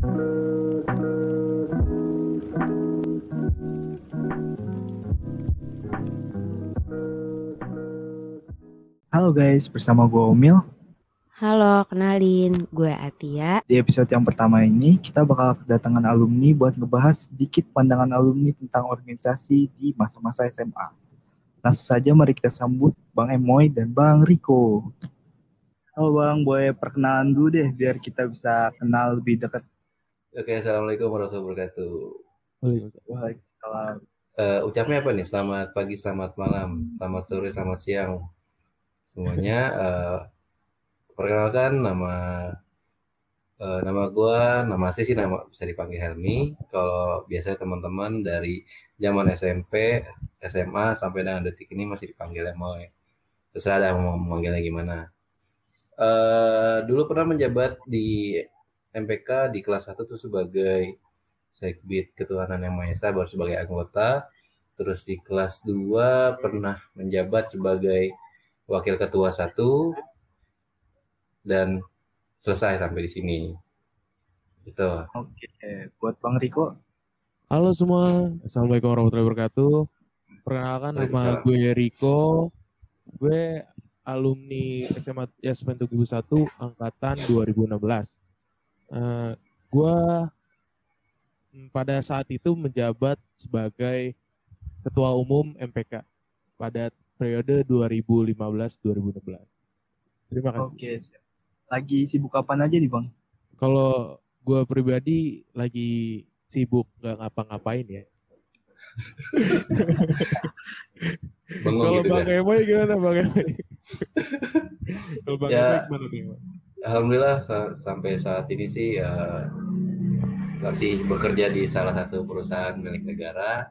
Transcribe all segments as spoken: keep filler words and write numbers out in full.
Halo guys, bersama gue Omil. Halo, kenalin, gue Atia. Di episode yang pertama ini, kita bakal kedatangan alumni buat ngebahas sedikit pandangan alumni tentang organisasi di masa-masa S M A. Langsung saja mari kita sambut Bang Emoy dan Bang Riko. Halo Bang, boleh perkenalan dulu deh, biar kita bisa kenal lebih dekat. Oke, assalamualaikum warahmatullahi wabarakatuh. Waalaikumsalam. Uh, ucapnya apa nih? Selamat pagi, selamat malam, selamat sore, selamat siang semuanya. Uh, perkenalkan nama uh, nama gue, nama saya sih nama bisa dipanggil Helmi. Kalau biasanya teman-teman dari zaman S M P, S M A sampai dengan detik ini masih dipanggil Emoy. Terserah ada mau memanggilnya gimana. Uh, dulu pernah menjabat di M P K di kelas satu tuh sebagai Sekbid Ketuhanan Yang Maha Esa, baru sebagai anggota. Terus di kelas dua pernah menjabat sebagai wakil ketua satu dan selesai sampai di sini. Gitu. Oke, buat Bang Riko. Halo semua, assalamualaikum warahmatullahi wabarakatuh. Perkenalkan, nama gue Riko. Gue alumni S M A Yasmin tujuh puluh satu angkatan dua ribu enam belas. Uh, gue pada saat itu menjabat sebagai ketua umum M P K pada periode dua ribu lima belas sampai dua ribu enam belas. Terima kasih. Oke, lagi sibuk kapan aja nih Bang? Kalau gue pribadi lagi sibuk gak ngapa-ngapain ya. Kalau gitu Bang kan? Emoy gimana Bang Emoy? Kalau Bang Ya, Emoy gimana Bang? Alhamdulillah sa- sampai saat ini sih uh, masih bekerja di salah satu perusahaan milik negara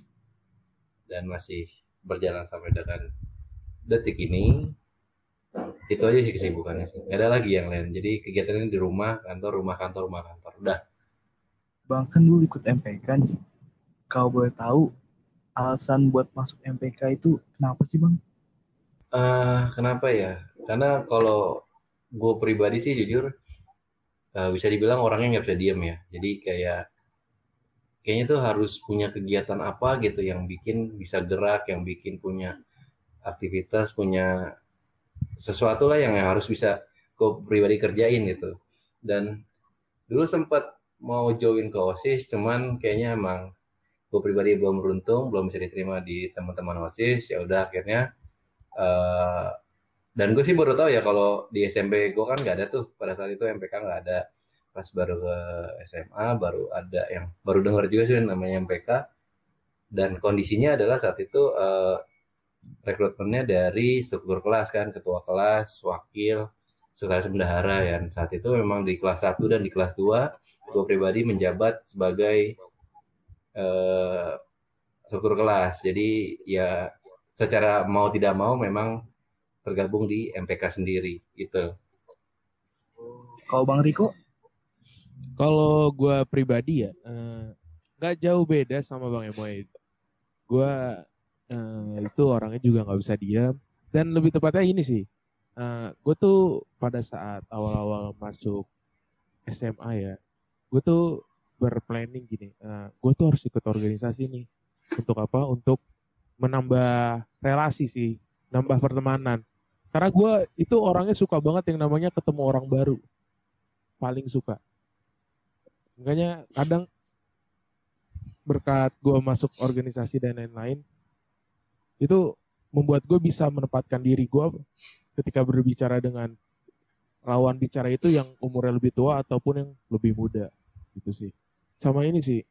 dan masih berjalan sampai dengan detik ini. Itu aja sih kesibukannya sih. Gak ada lagi yang lain. Jadi kegiatannya di rumah, kantor, rumah, kantor, rumah, kantor. Udah. Bang kan dulu ikut M P K nih. Kalau boleh tahu, alasan buat masuk M P K itu kenapa sih Bang? Uh, kenapa ya? Karena kalau gue pribadi sih jujur, uh, bisa dibilang orangnya nggak bisa diem ya. Jadi kayak kayaknya tuh harus punya kegiatan apa gitu yang bikin bisa gerak, yang bikin punya aktivitas, punya sesuatu lah yang harus bisa gue pribadi kerjain gitu. Dan dulu sempat mau join ke OSIS, cuman kayaknya emang gue pribadi belum beruntung, belum bisa diterima di teman-teman OSIS. Ya udah akhirnya uh, dan gue sih baru tahu ya kalau di S M P gue kan nggak ada tuh pada saat itu M P K nggak ada. Pas baru ke S M A baru ada yang baru dengar juga sih namanya M P K. Dan kondisinya adalah saat itu uh, rekrutmennya dari struktur kelas kan, ketua kelas, wakil, sekretaris bendahara ya. Saat itu memang di kelas satu dan di kelas dua gue pribadi menjabat sebagai uh, struktur kelas. Jadi ya secara mau tidak mau memang tergabung di M P K sendiri gitu. Kalau Bang Riko? Kalau gue pribadi ya, nggak uh, jauh beda sama Bang Emoy. Gue uh, itu orangnya juga nggak bisa diam. Dan lebih tepatnya ini sih, uh, gue tuh pada saat awal-awal masuk S M A ya, gue tuh berplanning gini, uh, gue tuh harus ikut organisasi nih. Untuk apa? Untuk menambah relasi sih, nambah pertemanan. Karena gue itu orangnya suka banget yang namanya ketemu orang baru. Paling suka. Makanya kadang berkat gue masuk organisasi dan lain-lain, itu membuat gue bisa menempatkan diri gue ketika berbicara dengan lawan bicara itu yang umurnya lebih tua ataupun yang lebih muda. Gitu sih. Sama ini sih,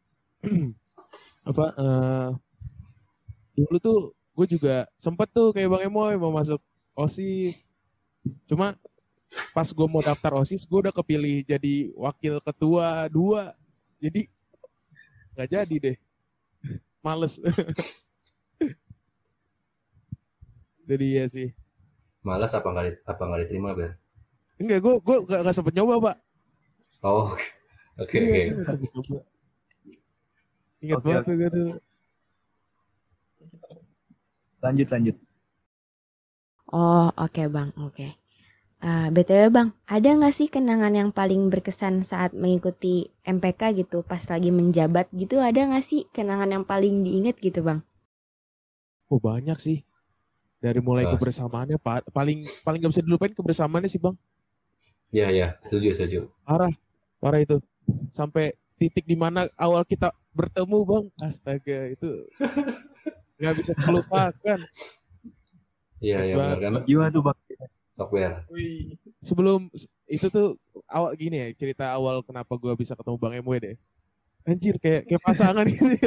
apa, uh, dulu tuh gue juga sempet tuh kayak Bang Emoy mau masuk OSIS. Cuma pas gue mau daftar OSIS, gue udah kepilih jadi wakil ketua dua. Jadi nggak jadi deh. Males. Jadi ya sih. Males apa nggak apa nggak diterima Ber? Enggak, gue gue nggak nggak sempet nyoba Pak. Oh oke oke. Iya, ingat okay, banget okay. Tuh. Lanjut lanjut. Oh oke okay, Bang, oke. Okay. Ah, B T W Bang, ada nggak sih kenangan yang paling berkesan saat mengikuti M P K gitu, pas lagi menjabat gitu, ada nggak sih kenangan yang paling diingat gitu Bang? Oh banyak sih. Dari mulai Wah, kebersamaannya pa- paling paling nggak bisa dilupain kebersamaannya sih bang. ya ya, setuju setuju. Parah, parah itu. Sampai titik di mana awal kita bertemu bang, astaga itu nggak bisa terlupakan. Iya Ingat ya benar banget kan bang. Gimana tuh Bang? software. Wih. Sebelum itu tuh awal gini ya cerita awal kenapa gue bisa ketemu Bang Emoy deh. Anjir kayak kayak pasangan gitu ya.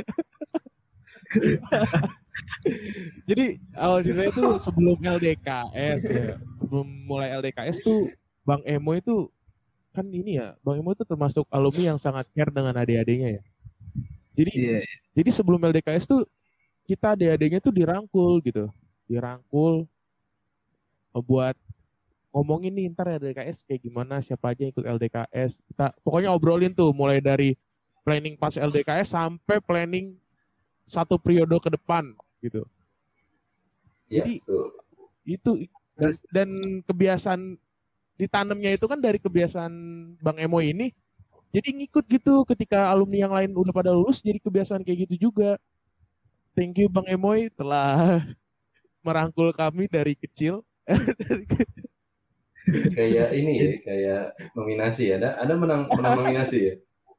Jadi awal ceritanya itu sebelum L D K S ya. Sebelum mulai L D K S tuh Bang Emo itu kan ini ya, Bang Emo itu termasuk alumni yang sangat care dengan adik-adiknya ya. Jadi Iya. jadi sebelum L D K S tuh kita adik-adiknya tuh dirangkul gitu. Dirangkul eh, buat ngomongin nih ntar L D K S kayak gimana, siapa aja yang ikut L D K S. Kita pokoknya obrolin tuh mulai dari planning pas L D K S sampai planning satu periode ke depan gitu. Ya Jadi betul. itu dan, Terus dan kebiasaan ditanamnya itu kan dari kebiasaan Bang Emo ini. Jadi ngikut gitu ketika alumni yang lain udah pada lulus jadi kebiasaan kayak gitu juga. Thank you Bang Emoy telah merangkul kami dari kecil. Kayak ini ya, jadi kayak nominasi ya. Ada ada menang menang nominasi ya.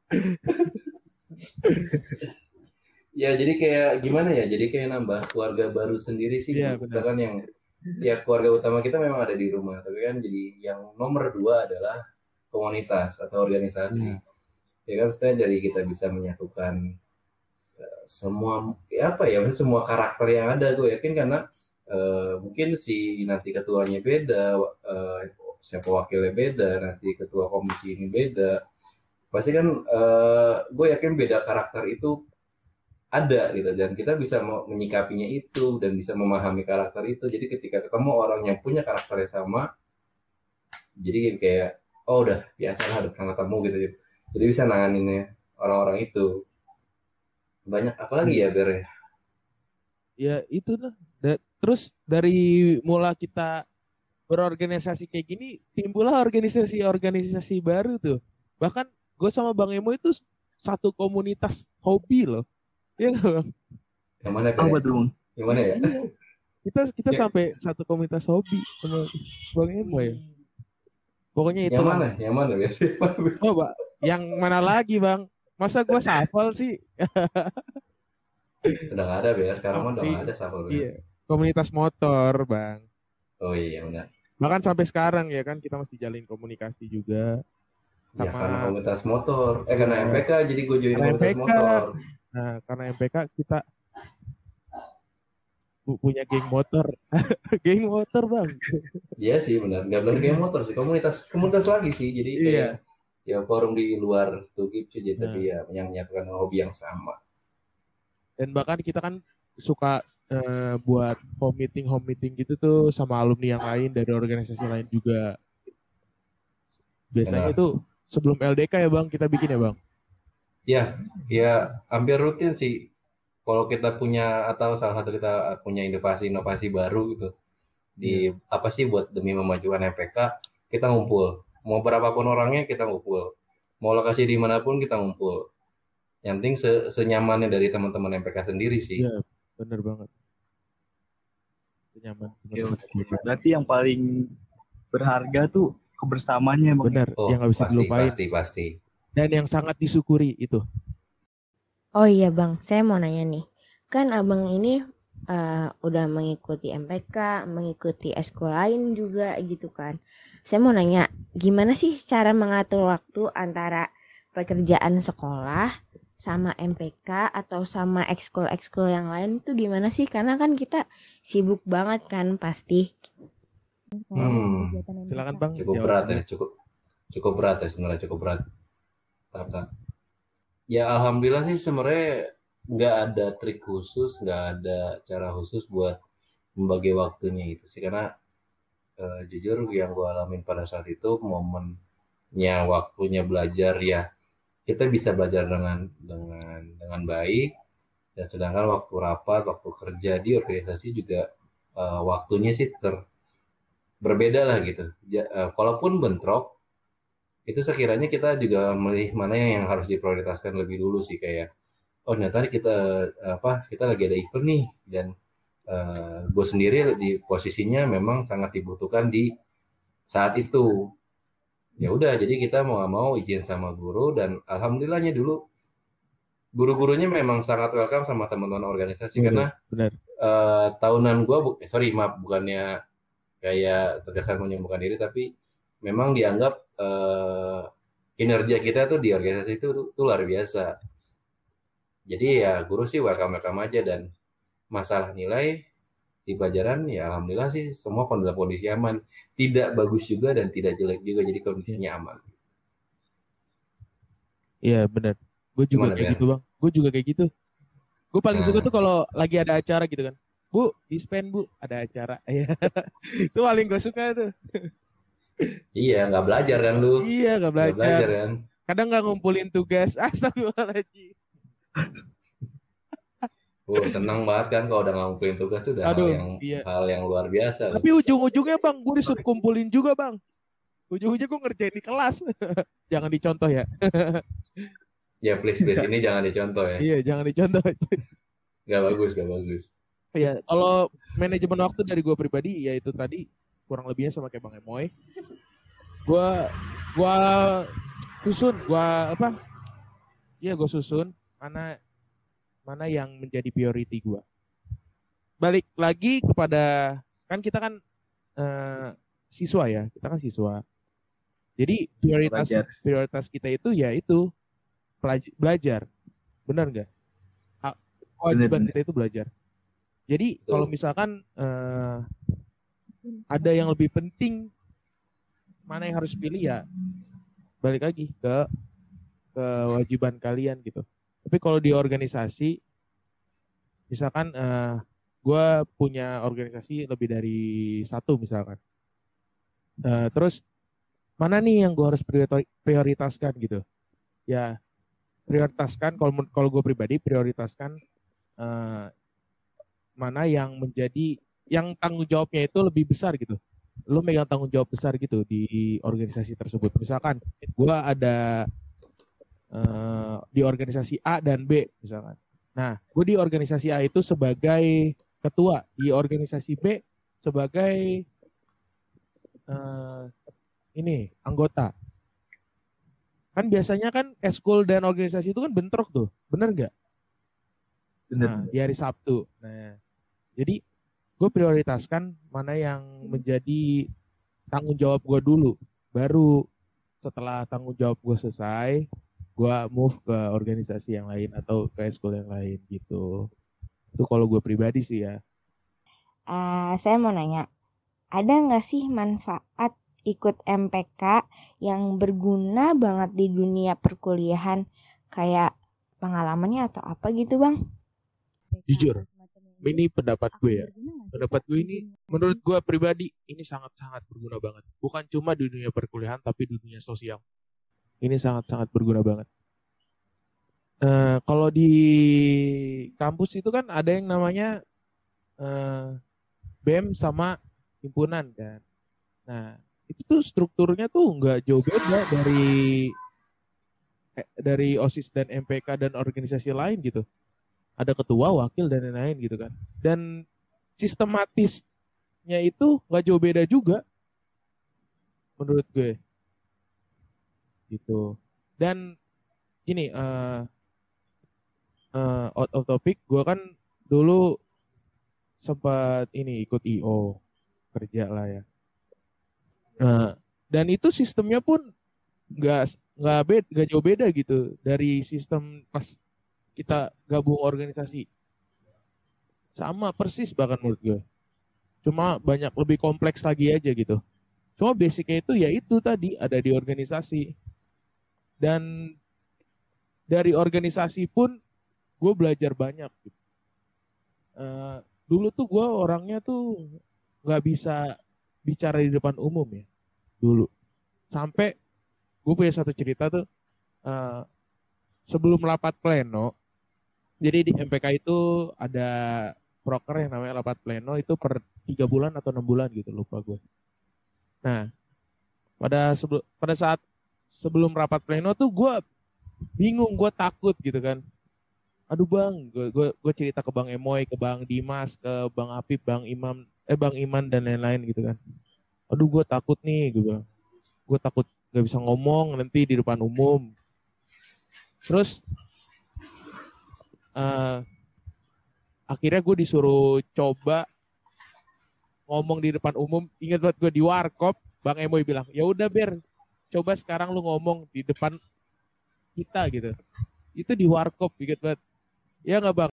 Ya jadi kayak gimana ya? Jadi kayak nambah keluarga baru sendiri sih. Iya Kita benar. kan yang ya keluarga utama kita memang ada di rumah, tapi kan jadi yang nomor dua adalah komunitas atau organisasi. Iya. Ya kan maksudnya jadi kita bisa menyatukan eh, semua ya apa ya maksudnya semua karakter yang ada. Gue yakin karena eh, mungkin si nanti ketuanya beda, eh, siapa wakilnya beda, nanti ketua komisi ini beda. Pasti kan eh, gue yakin beda karakter itu ada gitu dan kita bisa menyikapinya itu dan bisa memahami karakter itu. Jadi ketika ketemu orang yang punya karakter yang sama, jadi kayak oh udah biasa lah udah pernah ketemu gitu. Jadi bisa nanganinnya orang-orang itu. Banyak apalagi ya Ber ya? Ya itu lah. Da- terus dari mula kita berorganisasi kayak gini, timbullah organisasi-organisasi baru tuh. Bahkan gue sama Bang Emo itu satu komunitas hobi loh. Iya nggak, Bang? Yang mana Ber apa ya? tuh Bang? Yang mana ya? Iya. Kita kita Ya, sampai satu komunitas hobi sama Bang Emo ya. Pokoknya yang itulah. mana? Yang mana Ber? Oh, Pak, yang mana lagi, Bang? Masa gue shuffle sih? Udah nggak ada Ber. Sekarang Oh, mah udah nggak i- ada siapa Ber. iya. Komunitas motor, Bang. Oh iya benar. Bahkan sampai sekarang ya kan kita masih jalin komunikasi juga Ya karena sama komunitas motor. Eh karena ya, M P K jadi gue join karena komunitas M P K. motor. Nah, karena M P K kita pu- punya geng motor. Geng motor, Bang. Iya sih benar. Nggak bilang kayak motor sih. Komunitas komunitas lagi sih. Jadi kayak Iya. ya forum di luar tuh gitu aja. Tapi Nah, ya yang menyatukan hobi yang sama. dan bahkan kita kan suka eh, buat home meeting home meeting gitu tuh sama alumni yang lain dari organisasi lain juga. Biasanya Benar. itu sebelum L D K ya, Bang, kita bikin ya, Bang. Ya, ya hampir rutin sih. Kalau kita punya atau salah satu kita punya inovasi-inovasi baru gitu di Iya. apa sih buat demi memajukan M P K, kita ngumpul. Mau berapapun orangnya kita ngumpul. Mau lokasi dimanapun kita ngumpul. Yang penting se- senyamannya dari teman-teman M P K sendiri sih. Iya, bener banget. Nyaman. Oke, oke. Berarti yang paling berharga tuh kebersamaannya Bang. Bener, Oh, yang nggak bisa pasti, dilupain. pasti, pasti. Dan yang sangat disyukuri itu. Oh iya Bang, saya mau nanya nih. Kan Abang ini eh, udah mengikuti M P K, mengikuti eskul lain juga gitu kan. Saya mau nanya, gimana sih cara mengatur waktu antara pekerjaan sekolah sama M P K atau sama ekskul-ekskul yang lain itu gimana sih? Karena kan kita sibuk banget kan pasti. Hmm, Silakan Bang. cukup jawab berat dulu. ya, cukup cukup berat ya sebenarnya cukup berat. Bentar, bentar. Ya alhamdulillah sih sebenarnya nggak ada trik khusus, nggak ada cara khusus buat membagi waktunya itu sih karena eh, jujur yang gue alamin pada saat itu momennya waktunya belajar ya kita bisa belajar dengan dengan dengan baik dan sedangkan waktu rapat, waktu kerja di organisasi juga eh, waktunya sih ter berbeda lah gitu. Ja, uh, kalaupun bentrok, itu sekiranya kita juga memilih mana yang harus diprioritaskan lebih dulu sih, kayak oh ternyata kita apa kita lagi ada event nih, dan uh, gue sendiri di posisinya memang sangat dibutuhkan di saat itu. Ya udah, jadi kita mau nggak mau izin sama guru, dan alhamdulillahnya dulu guru-gurunya memang sangat welcome sama teman-teman organisasi. Bener, Karena bener. uh, tahunan gue bu- eh, sorry maaf, bukannya kayak terkesan menyembuhkan diri, tapi memang dianggap uh, kinerja kita tuh di organisasi itu tuh luar biasa. Jadi ya guru sih welcome welcome aja, dan masalah nilai di pelajaran ya alhamdulillah sih semua dalam kondisi aman, tidak bagus juga dan tidak jelek juga, jadi kondisinya aman. Iya benar. Gue juga Gimana kayak Ben? gitu bang. Gue juga kayak gitu. Gue paling Nah. suka tuh kalau lagi ada acara gitu kan. Bu, dispen bu, ada acara. Iya. Itu paling gue suka tuh. Iya, nggak belajar kan lu? Iya, nggak Nggak belajar. belajar kan? Kadang nggak ngumpulin tugas. Astagfirullahaladzim. Oh, senang banget kan kalau udah ngumpulin tugas tuh udah Aduh, hal yang iya. hal yang luar biasa. Tapi ujung-ujungnya bang, gue disuruh kumpulin juga bang. Ujung-ujungnya gue ngerjain di kelas. Jangan dicontoh ya. Ya please please ini jangan dicontoh ya. Iya, jangan dicontoh. Gak bagus, gak bagus. Iya, kalau manajemen waktu dari gue pribadi, ya itu tadi kurang lebihnya sama kayak Bang Emoy. Gue, gue susun, gue apa? Iya, gue susun mana mana yang menjadi priority gue. Balik lagi kepada, kan kita kan eh, siswa ya, kita kan siswa. Jadi prioritas Belajar. prioritas kita itu ya itu pelaj- belajar, benar nggak? Ha- Kewajiban Bener, kita itu belajar. Jadi kalau misalkan eh, ada yang lebih penting, mana yang harus pilih ya balik lagi ke kewajiban kalian gitu. Tapi kalau di organisasi, misalkan eh, gue punya organisasi lebih dari satu misalkan, Eh, terus mana nih yang gue harus priori- prioritaskan gitu? Ya prioritaskan kalau men- kalau gue pribadi prioritaskan eh, mana yang menjadi yang tanggung jawabnya itu lebih besar gitu. Lu megang tanggung jawab besar gitu di organisasi tersebut. Misalkan gue ada eh, di organisasi A dan B misalkan. Nah, gue di organisasi A itu sebagai ketua, di organisasi B sebagai eh, ini anggota. Kan biasanya kan eskul dan organisasi itu kan bentrok tuh, bener nggak? bener. Nah, di hari Sabtu. Nah, jadi gue prioritaskan mana yang menjadi tanggung jawab gue dulu. Baru setelah tanggung jawab gue selesai, gue move ke organisasi yang lain atau ke eskul yang lain gitu. Itu kalau gue pribadi sih ya. Ah, saya mau nanya, ada nggak sih manfaat ikut M P K yang berguna banget di dunia perkuliahan, kayak pengalamannya atau apa gitu bang? Jujur, ini pendapat gue ya. Pendapat gue ini, menurut gue pribadi, ini sangat-sangat berguna banget. Bukan cuma di dunia perkuliahan, tapi di dunia sosial. Ini sangat-sangat berguna banget. Eh, kalau di kampus itu kan ada yang namanya eh, B E M sama himpunan kan. Nah, itu tuh strukturnya tuh nggak jauh beda dari eh, dari OSIS dan M P K dan organisasi lain gitu. Ada ketua, wakil dan lain-lain gitu kan. Dan sistematisnya itu nggak jauh beda juga menurut gue. Gitu. Dan gini, uh, uh, out of topic, gue kan dulu sempat ini ikut I O kerja lah ya. Uh, dan itu sistemnya pun nggak nggak beda, nggak jauh beda gitu dari sistem pas kita gabung organisasi. Sama persis bahkan menurut gue. Cuma banyak lebih kompleks lagi aja gitu. Cuma basicnya itu ya itu tadi ada di organisasi. Dan dari organisasi pun gue belajar banyak. Gitu. Uh, dulu tuh gue orangnya tuh nggak bisa bicara di depan umum ya. Dulu. Sampai gue punya satu cerita tuh. Uh, sebelum rapat pleno. Jadi di M P K itu ada proker yang namanya rapat pleno itu per tiga bulan atau enam bulan gitu lupa gue. Nah, pada sebelum pada saat sebelum rapat pleno tuh gue bingung, gue takut gitu kan. Aduh bang, gue gue gue cerita ke Bang Emoy, ke Bang Dimas, ke Bang Apip, Bang Imam, eh Bang Iman dan lain-lain gitu kan. Aduh gue takut nih, gue bilang. Gue takut gak bisa ngomong nanti di depan umum. Terus uh, akhirnya gue disuruh coba ngomong di depan umum. Ingat banget gue di warkop, Bang Emoy bilang, ya udah Ber, coba sekarang lu ngomong di depan kita gitu. Itu di warkop, ingat banget. Ya nggak Bang?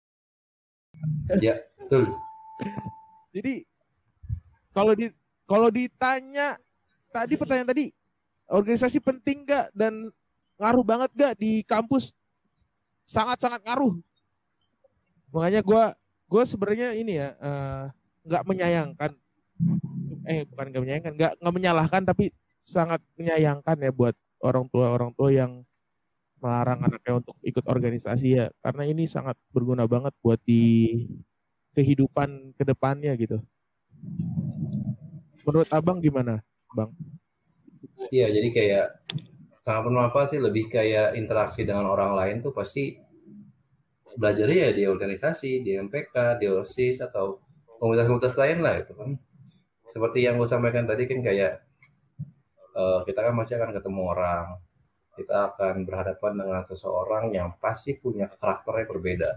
Ya, betul. Jadi kalau di kalau ditanya tadi pertanyaan tadi, organisasi penting nggak dan ngaruh banget nggak di kampus? Sangat-sangat ngaruh. Makanya gue gue sebenarnya ini ya nggak uh, menyayangkan, eh bukan nggak menyayangkan, nggak nggak menyalahkan, tapi sangat menyayangkan ya buat orang tua orang tua yang melarang anaknya untuk ikut organisasi ya, karena ini sangat berguna banget buat di kehidupan kedepannya gitu. Menurut abang gimana, Bang? Iya, jadi kayak sangat bermanfaat sih, lebih kayak interaksi dengan orang lain tuh pasti belajarnya ya di organisasi, di M P K, di OSIS atau komunitas-komunitas lain lah itu kan. Seperti yang gue sampaikan tadi kan kayak uh, kita kan masih akan ketemu orang, kita akan berhadapan dengan seseorang yang pasti punya karakternya berbeda.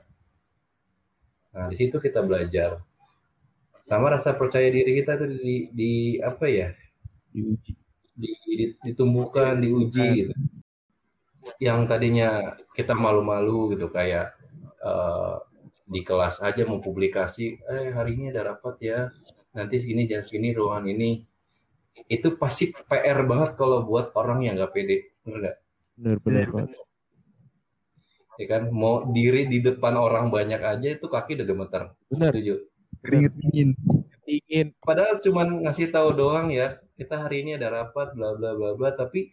Nah di situ kita belajar, sama rasa percaya diri kita tuh di, di apa ya, diuji, di, di, ditumbuhkan, diuji gitu. Yang tadinya kita malu-malu gitu kayak Uh, di kelas aja mau publikasi, eh hari ini ada rapat ya, nanti segini jam segini ruangan ini, itu pasti P R banget kalau buat orang yang nggak pede, bener nggak? Bener bener banget. Ya kan, mau diri di depan orang banyak aja itu kaki udah gemeter. Bener. Setuju? Keringet dingin. Dingin. Padahal cuman ngasih tahu doang ya, kita hari ini ada rapat, bla bla bla bla, tapi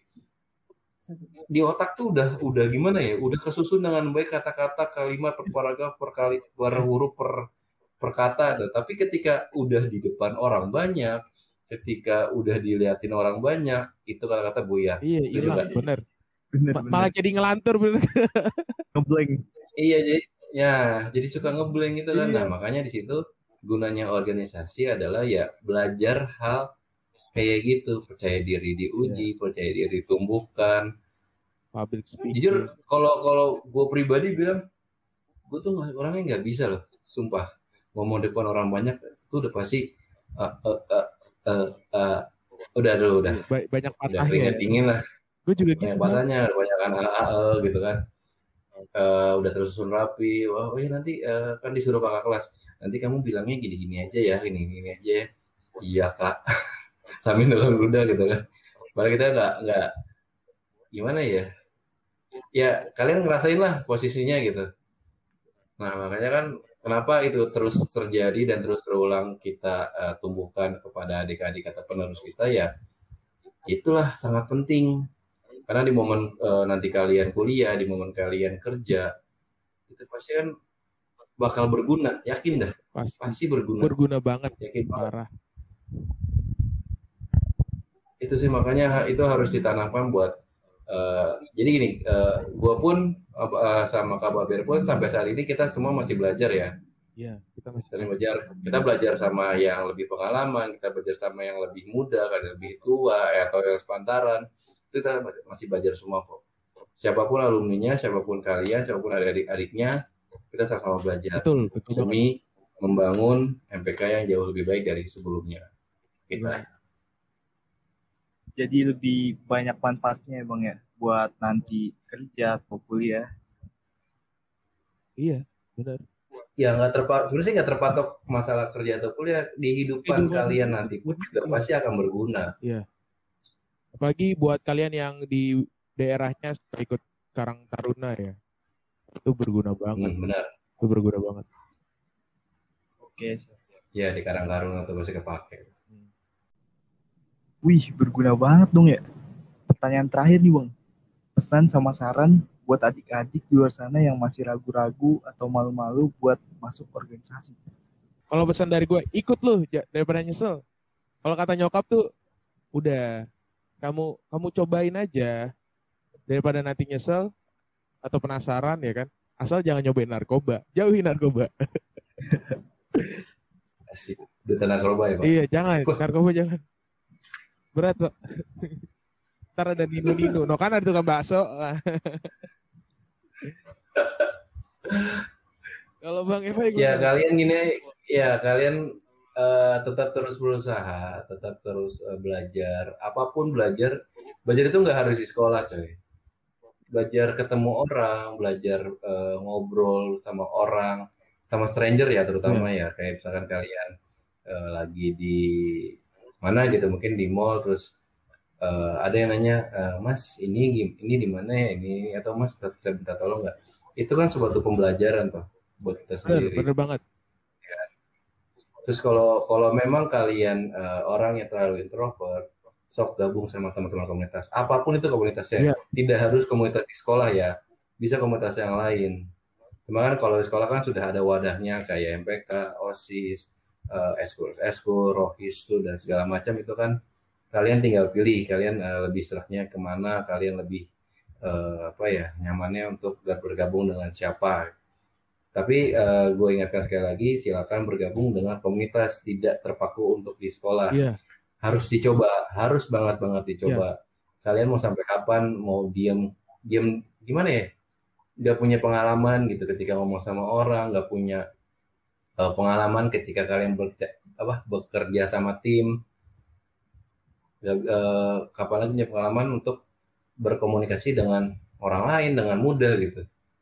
di otak tuh udah udah gimana ya, udah kesusun dengan baik kata-kata, kalimat per paragraf, per kali, per huruf, per per kata. Tapi ketika udah di depan orang banyak, ketika udah diliatin orang banyak, itu kata-kata buyar. Iya, iya, bener. Bener, Ma- bener. Malah jadi ngelantur bener. Ngeblank. Iya, jadi ya, jadi suka ngeblank gitu kan. Iya. Nah, makanya di situ gunanya organisasi adalah ya belajar hal kayak gitu, percaya diri diuji, yeah. percaya diri ditumbuhkan. Public speaking. Jujur, kalau kalau gue pribadi bilang, gue tuh orangnya nggak bisa loh, sumpah. Ngomong depan orang banyak, tuh udah pasti, uh, uh, uh, uh, uh, udah dulu udah. Ba- banyak patahnya. Udah keringat dingin lah. Gue juga banyak gitu. Banyak patahnya, banyak kan A A gitu kan. Uh, udah tersusun rapi, wah oh, ya nanti uh, kan disuruh kakak kelas, nanti kamu bilangnya gini-gini aja ya, gini-gini aja ya. Iya kak. Sambil nolong ludah gitu kan. Padahal kita nggak nggak gimana ya, ya kalian ngerasain lah posisinya gitu. Nah makanya kan kenapa itu terus terjadi dan terus terulang kita uh, tumbuhkan kepada adik-adik atau penerus kita ya, itulah sangat penting. Karena di momen uh, nanti kalian kuliah, di momen kalian kerja, itu pasti kan bakal berguna, yakin dah. Pasti, pasti berguna. Berguna banget, yakin parah. Itu sih makanya itu harus ditanamkan buat uh, jadi gini, uh, gue pun uh, sama Kak Baber pun sampai saat ini kita semua masih belajar ya. Iya, kita masih belajar. Kita belajar sama yang lebih pengalaman, kita belajar sama yang lebih muda, kan lebih tua, ya, atau yang sepantaran. Kita masih belajar semua kok. Siapapun alumninya, siapapun kalian, siapapun adik-adiknya, kita sama-sama belajar. Betul, betul demi banget. Membangun M P K yang jauh lebih baik dari sebelumnya. Kita. Jadi lebih banyak manfaatnya Bang ya, buat nanti kerja atau kuliah. Iya, benar. Ya nggak terpatok, sebenarnya nggak terpatok masalah kerja atau kuliah, di hidupan Hidup kalian nanti pun juga pasti akan berguna. Iya. Apalagi buat kalian yang di daerahnya ikut Karang Taruna ya, itu berguna banget. Hmm, benar. Itu berguna banget. Oke. Ya di Karang Taruna tuh masih kepake. Hmm. Wih, berguna banget dong ya. Pertanyaan terakhir nih Bang, pesan sama saran buat adik-adik di luar sana yang masih ragu-ragu atau malu-malu buat masuk organisasi. Kalau pesan dari gue, ikut lu daripada nyesel. Kalau kata nyokap tuh, udah kamu kamu cobain aja daripada nanti nyesel atau penasaran ya kan. Asal jangan nyobain narkoba, jauhi narkoba. Asik. Duta narkoba ya Pak? Iya, jangan narkoba jangan. Berat Pak. Ntar ada nino-nino, no kan ada tukang bakso. Kalau Bang Eva ya kalian gini, ya kalian uh, tetap terus berusaha, tetap terus uh, belajar, apapun belajar, belajar itu nggak harus di sekolah coy. Belajar ketemu orang, belajar uh, ngobrol sama orang, sama stranger ya terutama yeah. ya, kayak misalkan kalian uh, lagi di mana gitu, mungkin di mall terus uh, ada yang nanya, uh, Mas ini ini di mana ya ini, atau Mas bisa minta tolong nggak? Itu kan suatu pembelajaran toh buat kita sendiri. Bener, bener banget. Ya. Terus kalau kalau memang kalian uh, orang yang terlalu introvert, sok gabung sama teman-teman komunitas. Apapun itu komunitasnya. Yeah. Tidak harus komunitas di sekolah ya. Bisa komunitas yang lain. Cuma kan kalau di sekolah kan sudah ada wadahnya kayak M P K, OSIS, uh, eskul, eskul, rohistu dan segala macam itu kan kalian tinggal pilih kalian uh, lebih seraknya kemana, kalian lebih uh, apa ya nyamannya untuk bergabung dengan siapa. Tapi uh, gue ingatkan sekali lagi, silakan bergabung dengan komunitas, tidak terpaku untuk di sekolah. Yeah. Harus dicoba, harus banget-banget dicoba. Yeah. Kalian mau sampai kapan, mau diem, diem gimana ya? Gak punya pengalaman gitu ketika ngomong sama orang, gak punya uh, pengalaman ketika kalian ber, apa, bekerja sama tim. Gak, uh, kapan lagi punya pengalaman untuk berkomunikasi dengan orang lain dengan mudah gitu.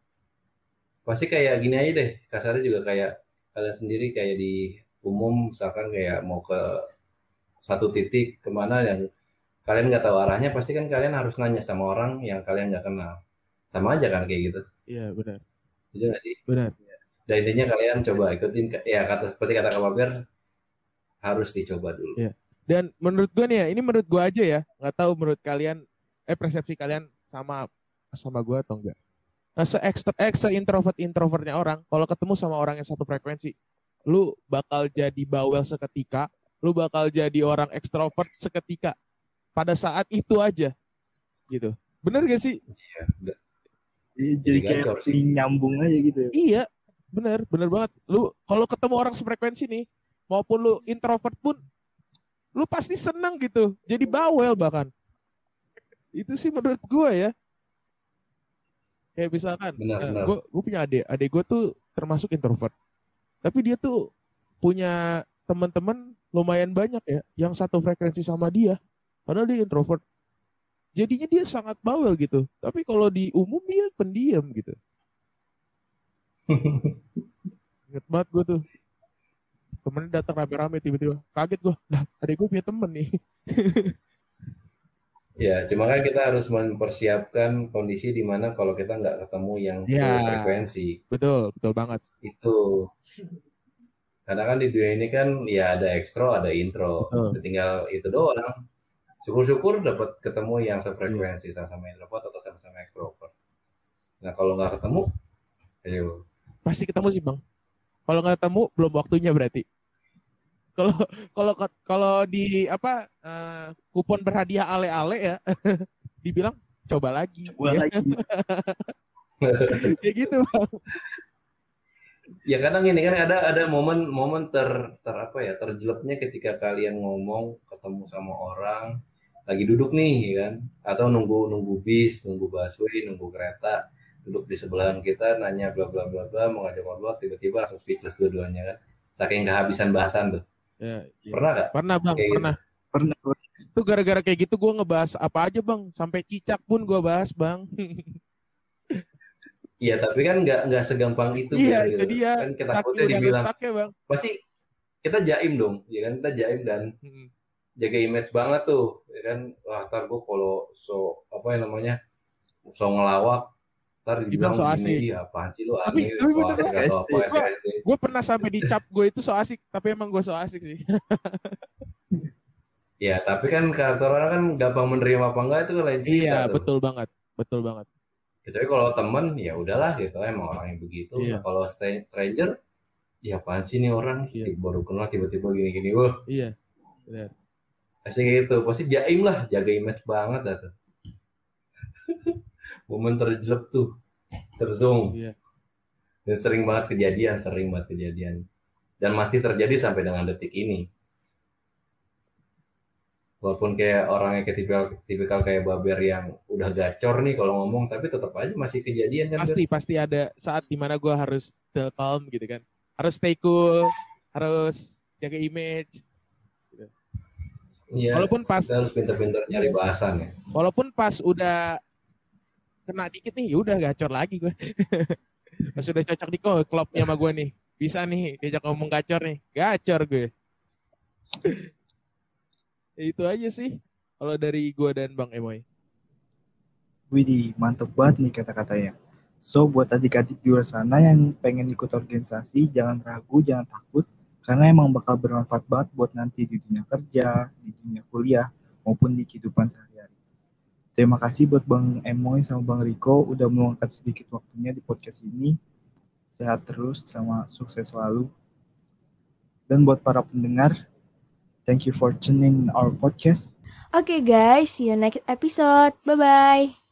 Pasti kayak gini aja deh, kasarnya juga kayak kalian sendiri kayak di umum misalkan kayak mau ke satu titik kemana yang kalian nggak tahu arahnya, pasti kan kalian harus nanya sama orang yang kalian nggak kenal. Sama aja kan kayak gitu. Iya benar. Itu nggak sih? Benar. Dan intinya kalian coba ikutin, ya kata seperti kata Kak Baber, harus dicoba dulu. Iya. Dan menurut gue nih ya, ini menurut gue aja ya, nggak tahu menurut kalian, eh persepsi kalian sama sama gue atau enggak. Nah, se-extro, eh, se-introvert-introvertnya orang, kalau ketemu sama orang yang satu frekuensi, lu bakal jadi bawel seketika, lu bakal jadi orang ekstrovert seketika. Pada saat itu aja. Gitu. Bener gak sih? Iya. Jadi, jadi kayak nyambung aja gitu ya. Iya, bener, bener banget. Lu kalau ketemu orang sefrekuensi nih, maupun lu introvert pun, lu pasti seneng gitu. Jadi bawel bahkan. Itu sih menurut gue ya. Kayak misalkan, uh, gue punya adik, adik gue tuh termasuk introvert. Tapi dia tuh punya teman-teman lumayan banyak ya, yang satu frekuensi sama dia. Padahal dia introvert. Jadinya dia sangat bawel gitu. Tapi kalau di umum dia pendiam gitu. Ingat banget gue tuh. Temennya datang rame-rame tiba-tiba. Kaget gue, nah adik gue punya temen nih. Ya, cuma kan kita harus mempersiapkan kondisi di mana kalau kita nggak ketemu yang ya, sefrekuensi. Betul, betul banget. Itu. Karena kan di dunia ini kan ya ada ekstro, ada intro. Betul. Tinggal itu doang. Syukur-syukur dapat ketemu yang sefrekuensi ya. Sama-sama introvert atau sama-sama ekstrovert. Nah kalau nggak ketemu, ayo. Pasti ketemu sih bang. Kalau nggak ketemu belum waktunya berarti. Kalau kalau kalau di apa uh, kupon berhadiah ale-ale ya, dibilang coba lagi. Coba ya. lagi. Kayak gitu bang. Ya kadang ini kan ada ada momen-momen ter, ter apa ya terjelepnya ketika kalian ngomong ketemu sama orang lagi duduk nih kan, atau nunggu nunggu bis, nunggu busway, nunggu kereta, duduk di sebelahan kita nanya bla bla bla bla mau ngajak ngobrol tiba-tiba langsung speechless dua-duanya kan, saking kehabisan bahasan tuh. Ya, ya. Pernah gak? Pernah bang, kayak pernah. Gitu? Pernah. Itu gara-gara kayak gitu gue ngebahas apa aja bang, sampai cicak pun gue bahas bang. Iya tapi kan nggak nggak segampang itu. Iya gitu. itu dia. Kan kita takutnya dibilang. Ya, bang. Pasti kita jaim dong, ya kan kita jaim dan hmm. jaga image banget tuh, ya kan. Wah ntar gue kalau so apa yang namanya so ngelawak, ntar dibilang so asik. Iya apaan sih lu aneh, so asik atau apa S D. Gue pernah sampai dicap gue itu so asik, tapi emang gue so asik sih. Ya tapi kan karakter orang kan gampang menerima apa enggak itu kan lain cerita. Iya tuh. betul banget, betul banget. Tapi kalau temen ya udahlah gitu, emang orang yang begitu. Iya. Nah, kalau stranger, ya apaan sih nih orang, iya. baru kenal tiba-tiba gini-gini, wah. Iya, benar. Pasti kayak gitu, pasti jaim lah, jaga image banget dah tuh. Momen terjelek tuh, terzoom. Iya. Dan sering banget kejadian, sering banget kejadian. Dan masih terjadi sampai dengan detik ini. Walaupun kayak orangnya kayak tipikal, tipikal kayak Baber yang udah gacor nih kalau ngomong, tapi tetap aja masih kejadian kan. Pasti, Ber? pasti ada saat dimana gue harus stay calm gitu kan. Harus stay cool, harus jaga image. Gitu. Iya, Walaupun pas, kita harus pintar-pintar nyari bahasan ya. walaupun pas udah kena dikit nih, ya udah gacor lagi gue. Pas udah cocok nih kok klubnya sama gue nih. Bisa nih diajak ngomong gacor nih. Gacor gue. Ya, itu aja sih kalau dari gue dan Bang Emoy. Widih, mantep banget nih kata-katanya. So, buat adik-adik di luar sana yang pengen ikut organisasi, jangan ragu, jangan takut, karena emang bakal bermanfaat banget buat nanti di dunia kerja, di dunia kuliah, maupun di kehidupan sehari-hari. Terima kasih buat Bang Emoy sama Bang Riko udah meluangkan sedikit waktunya di podcast ini. Sehat terus sama sukses selalu. Dan buat para pendengar, thank you for tuning in our podcast. Oke guys, see you next episode. Bye-bye.